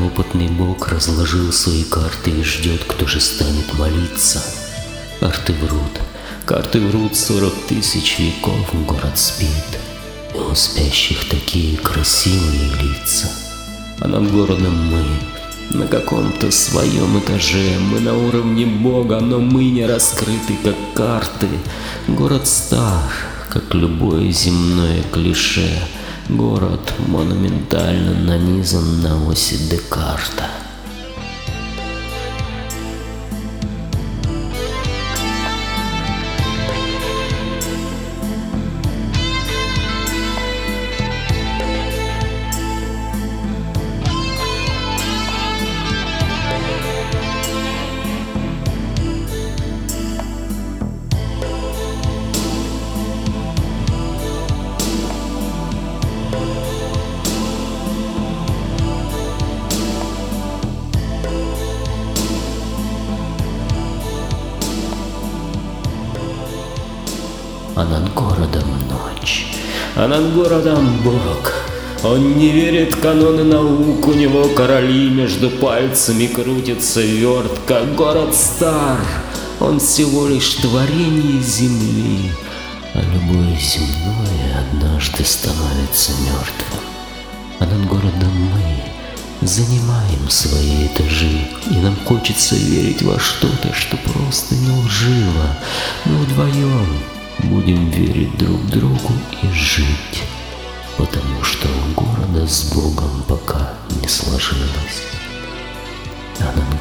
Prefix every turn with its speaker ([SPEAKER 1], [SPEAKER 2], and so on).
[SPEAKER 1] неопытный бог разложил свои карты и ждет, кто же станет молиться. Карты врут 40 тысяч веков, город спит, и у спящих такие красивые лица. А над городом мы, на каком-то своем этаже, мы на уровне бога, но мы не раскрыты, как карты. Город стар, как любое земное клише. Город монументально нанизан на оси Декарта. А над городом ночь, а над городом Бог. Он не верит в каноны наук, у него короли между пальцами крутится вертка. Город стар, он всего лишь творение земли, а любое земное однажды становится мертвым. А над городом мы занимаем свои этажи, и нам хочется верить во что-то, что просто не лживо. Мы вдвоем будем верить друг другу и жить, потому что у города с Богом пока не сложилось. А над